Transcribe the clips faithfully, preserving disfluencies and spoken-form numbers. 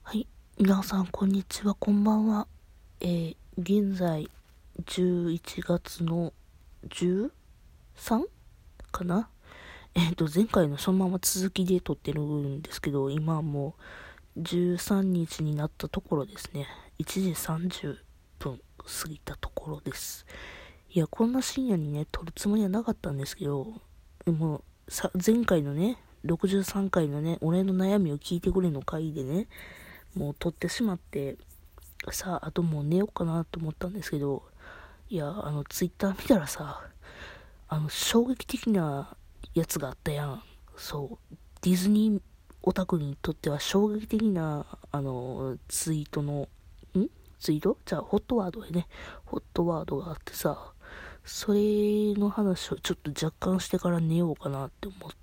はい、皆さんこんにちは、こんばんは。えー、現在じゅういちがつのじゅうさんかな。えっ、と前回のそのまま続きで撮ってるんですけど、今はもうじゅうさんにちになったところですね。いちじさんじゅっぷん過ぎたところです。いや、こんな深夜にね撮るつもりはなかったんですけど、もうさ前回のねろくじゅうさんかいのね俺の悩みを聞いてくれの回でね、もう撮ってしまって、さあ、あともう寝ようかなと思ったんですけど、いや、あの、ツイッター見たらさ、あの、衝撃的なやつがあったやん。そう、ディズニーオタクにとっては衝撃的な、あの、ツイートの、んツイートじゃあ、ホットワードでね、ホットワードがあってさ、それの話をちょっと若干してから寝ようかなって思って、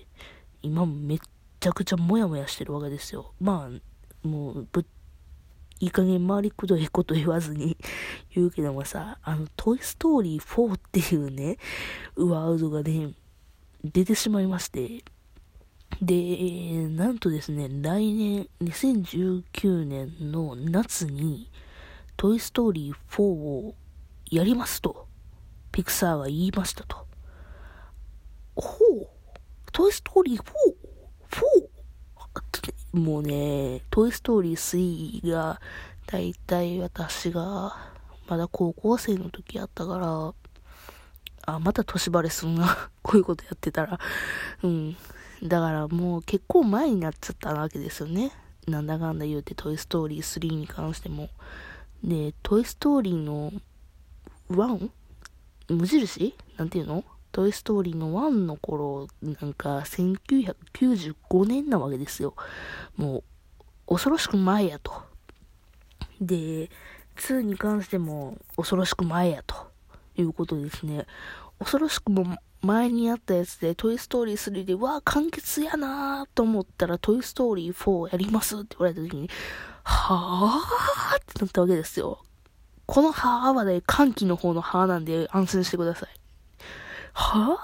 今めっちゃくちゃモヤモヤしてるわけですよ。まあ、もうぶっいい加減回りくどいこと言わずに言うけどもさ、あの、トイストーリーフォーっていうね、ワードがね、出てしまいまして、で、なんとですね、来年、にせんじゅうきゅうねんの夏に、トイストーリーフォーをやりますと、ピクサーが言いましたと。ほう、トイストーリーフォー、フォーもうね、トイストーリースリーが、だいたい私が、まだ高校生の時やったから、あ、また年バレすんな。こういうことやってたら。うん。だからもう結構前になっちゃったわけですよね。なんだかんだ言うてトイストーリースリーに関しても。で、トイストーリーのワン無印なんていうのトイストーリーのワンの頃、なんかせんきゅうひゃくきゅうじゅうごねんなわけですよ。もう、恐ろしく前やと。で、ツーに関しても恐ろしく前やということですね。恐ろしくも前にあったやつで、トイストーリースリーで、わあ、完結やなーと思ったら、トイストーリーフォーやりますって言われた時に、はぁーってなったわけですよ。このはぁはね、歓喜の方のはぁなんで安心してください。はぁ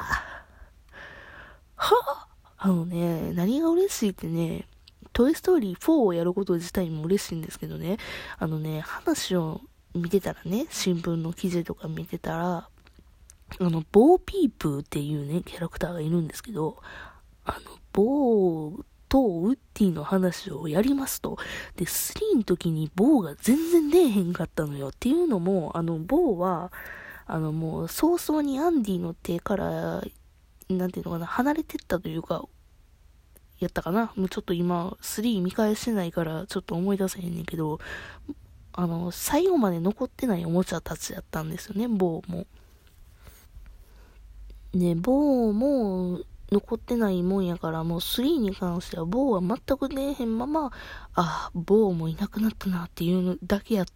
はぁあのね、何が嬉しいってね、トイストーリーフォーをやること自体も嬉しいんですけどね、あのね、話を見てたらね、新聞の記事とか見てたら、あの、ボーピープーっていうね、キャラクターがいるんですけど、あの、ボーとウッディの話をやりますと。で、スリーの時にボーが全然出えへんかったのよ。っていうのも、あの、ボーは、あの、もう早々にアンディの手から、なんていうのかな、離れてったというか、やったかな。もうちょっと今、スリー見返してないから、ちょっと思い出せへんねんけど、あの、最後まで残ってないおもちゃたちやったんですよね、ボーも。ね、ボーも残ってないもんやから、もうスリーに関してはボーは全く出えへんまま、あ、ボーもいなくなったなっていうのだけやって、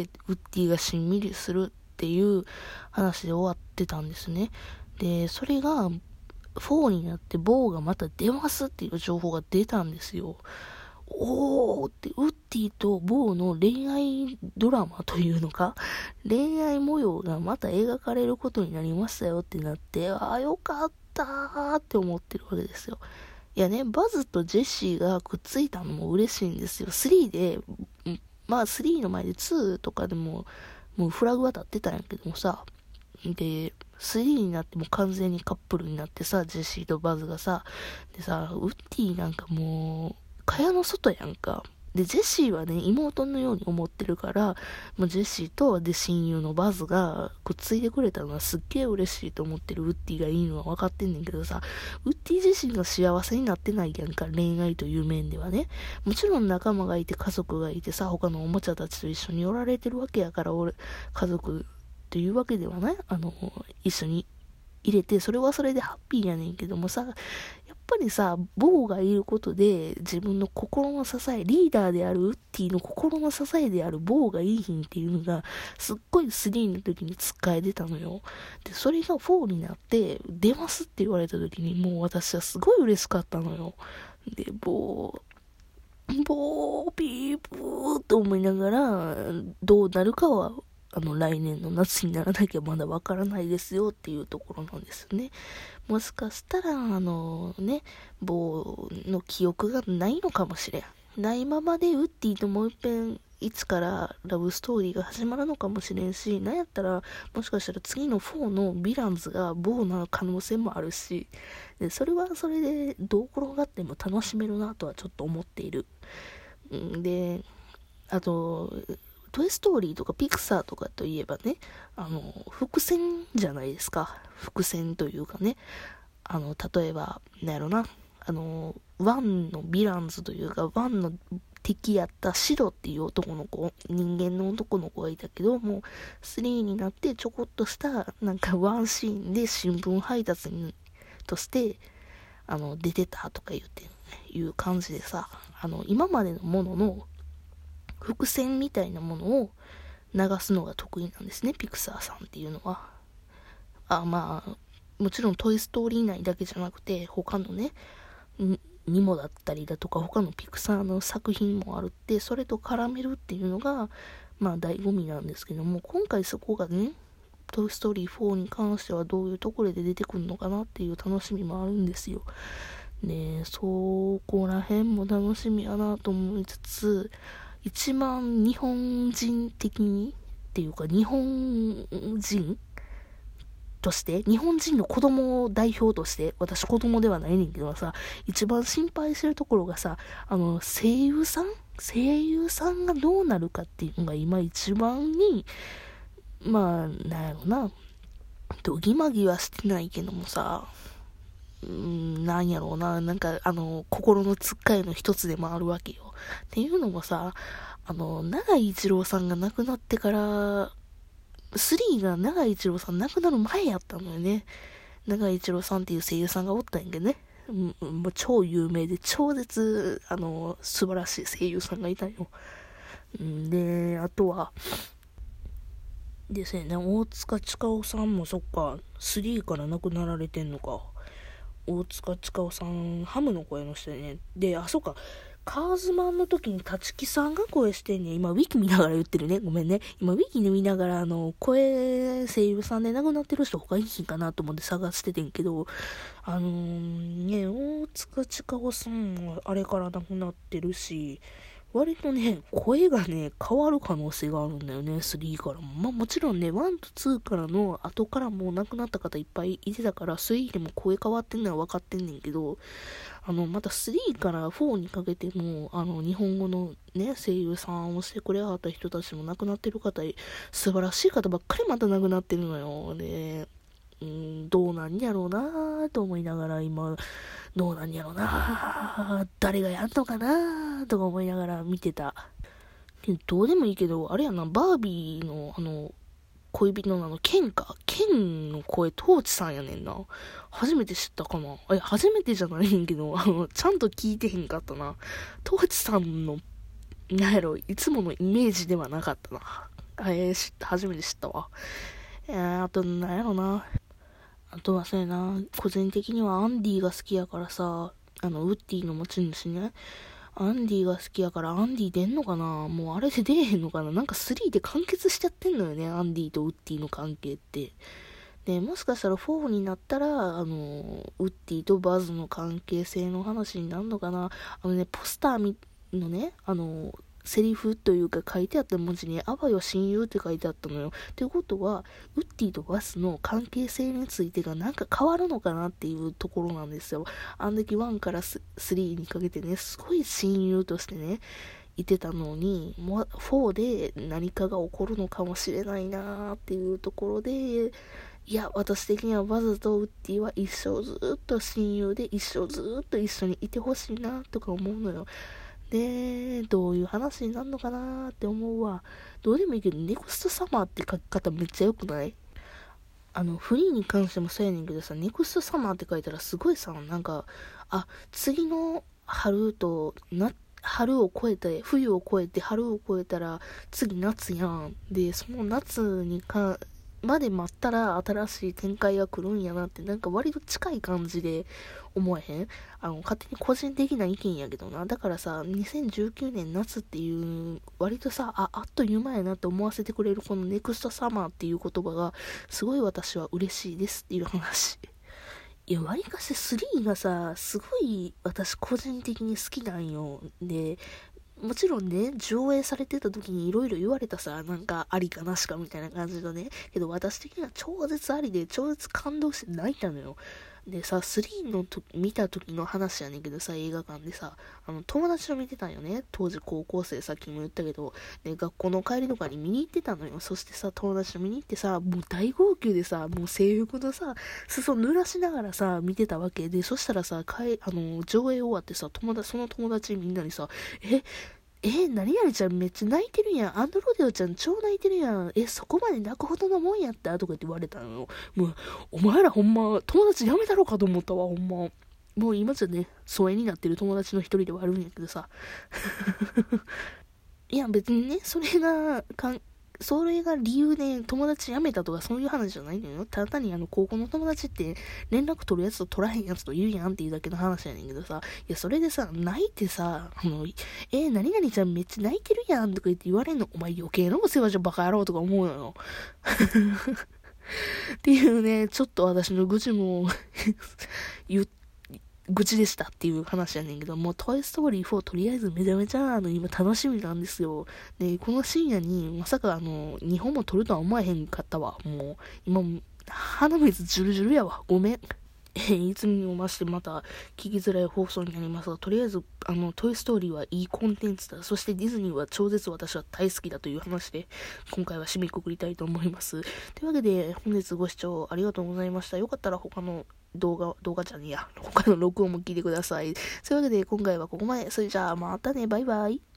ウッディがしんみりするっていう話で終わってたんですね。で、それが、フォーになってボーがまた出ますっていう情報が出たんですよ。おーって、ウッディとボーの恋愛ドラマというのか、恋愛模様がまた描かれることになりましたよってなって、ああ、よかったーって思ってるわけですよ。いやね、バズとジェシーがくっついたのも嬉しいんですよ。スリーで、まあスリーの前でツーとかでも、もうフラグは立ってたんやけどもさ、で、スリーになっても完全にカップルになってさ、ジェシーとバズがさ、でさ、ウッディなんかもう、蚊帳の外やんか。で、ジェシーはね、妹のように思ってるから、もうジェシーと、で、親友のバズがくっついてくれたのはすっげえ嬉しいと思ってるウッディがいいのは分かってんねんけどさ、ウッディ自身が幸せになってないやんか、恋愛という面ではね。もちろん仲間がいて家族がいてさ、他のおもちゃたちと一緒におられてるわけやから、俺、家族というわけではない、あの、一緒に入れて、それはそれでハッピーやねんけどもさ、やっぱりさ、ボーがいることで、自分の心の支え、リーダーであるウッディの心の支えであるボーがいいひんっていうのが、すっごいスリーの時に使えてたのよ。で、それがフォーになって、出ますって言われた時に、もう私はすごい嬉しかったのよ。で、ボー、ボー、ピープーと思いながら、どうなるかは、あの、来年の夏にならなきゃまだわからないですよっていうところなんですよね。もしかしたら、あのね、棒の記憶がないのかもしれん。 ないままでウッディともう一遍一からラブストーリーが始まるのかもしれんし、なんやったらもしかしたら次のフォーのヴィランズがボーな可能性もあるし、でそれはそれでどう転がっても楽しめるなとはちょっと思っている。んで、あとトイストーリーとかピクサーとかといえばね、あの伏線じゃないですか。伏線というかね、あの例えばなんやろな、あのワンのヴィランズというかワンの敵やったシロっていう男の子、人間の男の子がいたけど、もうスリーになってちょこっとしたなんかワンシーンで新聞配達にとしてあの出てたとか言っていう感じでさ、あの今までのものの伏線みたいなものを流すのが得意なんですね、ピクサーさんっていうのは。あ、まあもちろんトイストーリー内だけじゃなくて他のね、ニモだったりだとか他のピクサーの作品もあるって、それと絡めるっていうのがまあ醍醐味なんですけども、今回そこがね、トイストーリーフォーに関してはどういうところで出てくるのかなっていう楽しみもあるんですよね。そこら辺も楽しみやなと思いつつ、一番日本人的にっていうか日本人として日本人の子供を代表として、私子供ではないねんけどさ、一番心配してるところがさ、あの声優さん声優さんがどうなるかっていうのが今一番に、まあなんやろな、どぎまぎはしてないけどもさ、うーんなんやろうな、なんかあの心のつっかえの一つでもあるわけよ。っていうのもさ、あの永井一郎さんが亡くなってからスリーが永井一郎さん亡くなる前やったのよね。永井一郎さんっていう声優さんがおったんやけどね。うん、もう超有名で超絶あの素晴らしい声優さんがいたよ。んで、あとはですね、大塚千かおさんもそっか、スリーから亡くなられてんのか。大塚千かおさん、ハムの声の人ね。で、あ、そっか、カーズマンの時に立木さんが声してんねん。今、ウィキ見ながら言ってるね。ごめんね。今、ウィキで見ながら、あの、声、声優さんで亡くなってる人他いひんかなと思って探しててんけど、あのー、ね、大塚千かおさんはあれから亡くなってるし、割とね、声がね、変わる可能性があるんだよね、スリーからも。まあもちろんね、ワンとツーからの後からもう亡くなった方いっぱいいてたから、スリーでも声変わってんのは分かってんねんけど、あの、またスリーからフォーにかけても、あの、日本語のね、声優さんをしてくれはった人たちも亡くなってる方、素晴らしい方ばっかりまた亡くなってるのよ。で、うん、どうなんやろうなぁと思いながら今、どうなんやろうなぁ、誰がやんのかなぁとか思いながら見てた。どうでもいいけど、あれやな、バービーのあの、恋人のあの、ケンか。ケンの声、トーチさんやねんな。初めて知ったかな。え、初めてじゃないねんけど、あの、ちゃんと聞いてへんかったな。トーチさんの、なんやろ、いつものイメージではなかったな。えー、知った、初めて知ったわ。えー、あと、なんやろな。あとはそうやな、個人的にはアンディが好きやからさ、あの、ウッディの持ち主ね。アンディが好きやから、アンディ出んのかな、もうあれで出えへんのかな、なんかスリーで完結しちゃってんのよね、アンディとウッディの関係って。で、もしかしたらフォーになったら、あの、ウッディとバズの関係性の話になるのかな。あのね、ポスターのね、あの、セリフというか書いてあった文字に、あわよ親友って書いてあったのよ。ってことは、ウッディとバスの関係性についてがなんか変わるのかなっていうところなんですよ。あの時ワンからスリーにかけてね、すごい親友としてね、いてたのに、もうフォーで何かが起こるのかもしれないなーっていうところで、いや、私的にはバズとウッディは一生ずっと親友で一生ずっと一緒にいてほしいなとか思うのよ。で、どういう話になるのかなーって思うわ。どうでもいいけど、ネクストサマーって書き方めっちゃ良くない？あの、フリーに関してもそうやねんけどさ、ネクストサマーって書いたらすごいさ、なんか、あ、次の春と、な、春を越えて、冬を越えて、春を越えたら、次夏やん。で、その夏にか、まで待ったら新しい展開が来るんやなって、なんか割と近い感じで思えへん？あの、勝手に個人的な意見やけどな。だからさ、にせんじゅうきゅうねん夏っていう、割とさ、あ、あっという間やなって思わせてくれるこのネクストサマーっていう言葉が、すごい私は嬉しいですっていう話。 いや、わりかしスリーがさ、すごい私個人的に好きなんよ。で、もちろんね、上映されてた時にいろいろ言われたさ、なんかありかなしかみたいな感じのね、けど私的には超絶ありで、超絶感動して泣いたのよ。でさ、スリーのと見た時の話やねんけどさ、映画館でさ、あの、友達と見てたんよね。当時高校生、さっきも言ったけど、で、学校の帰りとかに見に行ってたのよ。そしてさ、友達と見に行ってさ、もう大号泣でさ、もう制服のさ、裾濡らしながらさ、見てたわけで、そしたらさ、かい、あの、上映終わってさ、友達、その友達みんなにさ、え、え、何々ちゃんめっちゃ泣いてるやん。アンドロデオちゃん超泣いてるやん。え、そこまで泣くほどのもんやったとかって言われたのよ。もう、お前らほんま、友達やめたろかと思ったわ、ほんま。もう今じゃね、疎遠になってる友達の一人ではあるんやけどさ。いや、別にね、それが、かん、それが理由で友達辞めたとかそういう話じゃないのよ。ただ単にあの高校の友達って連絡取るやつと取らへんやつといるやんっていうだけの話やねんけどさ。いや、それでさ、泣いてさ、あの、えー、何々ちゃんめっちゃ泣いてるやんとか言って言われんの。お前余計なお世話じゃバカ野郎とか思うのよ。っていうね、ちょっと私の愚痴も言って、愚痴でしたっていう話やねんけど、もうトイストーリーフォーとりあえずめちゃめちゃあの今楽しみなんですよ。で、この深夜にまさかあの、にほんも撮るとは思えへんかったわ。もう、今、鼻水ジュルジュルやわ。ごめん。えいつにも増してまた聞きづらい放送になりますが、とりあえず、あの、トイストーリーはいいコンテンツだ。そしてディズニーは超絶私は大好きだという話で、今回は締めくくりたいと思います。というわけで、本日ご視聴ありがとうございました。よかったら他の動画、動画じゃねえや。他の録音も聞いてください。そういうわけで、今回はここまで。それじゃあ、またね。バイバイ。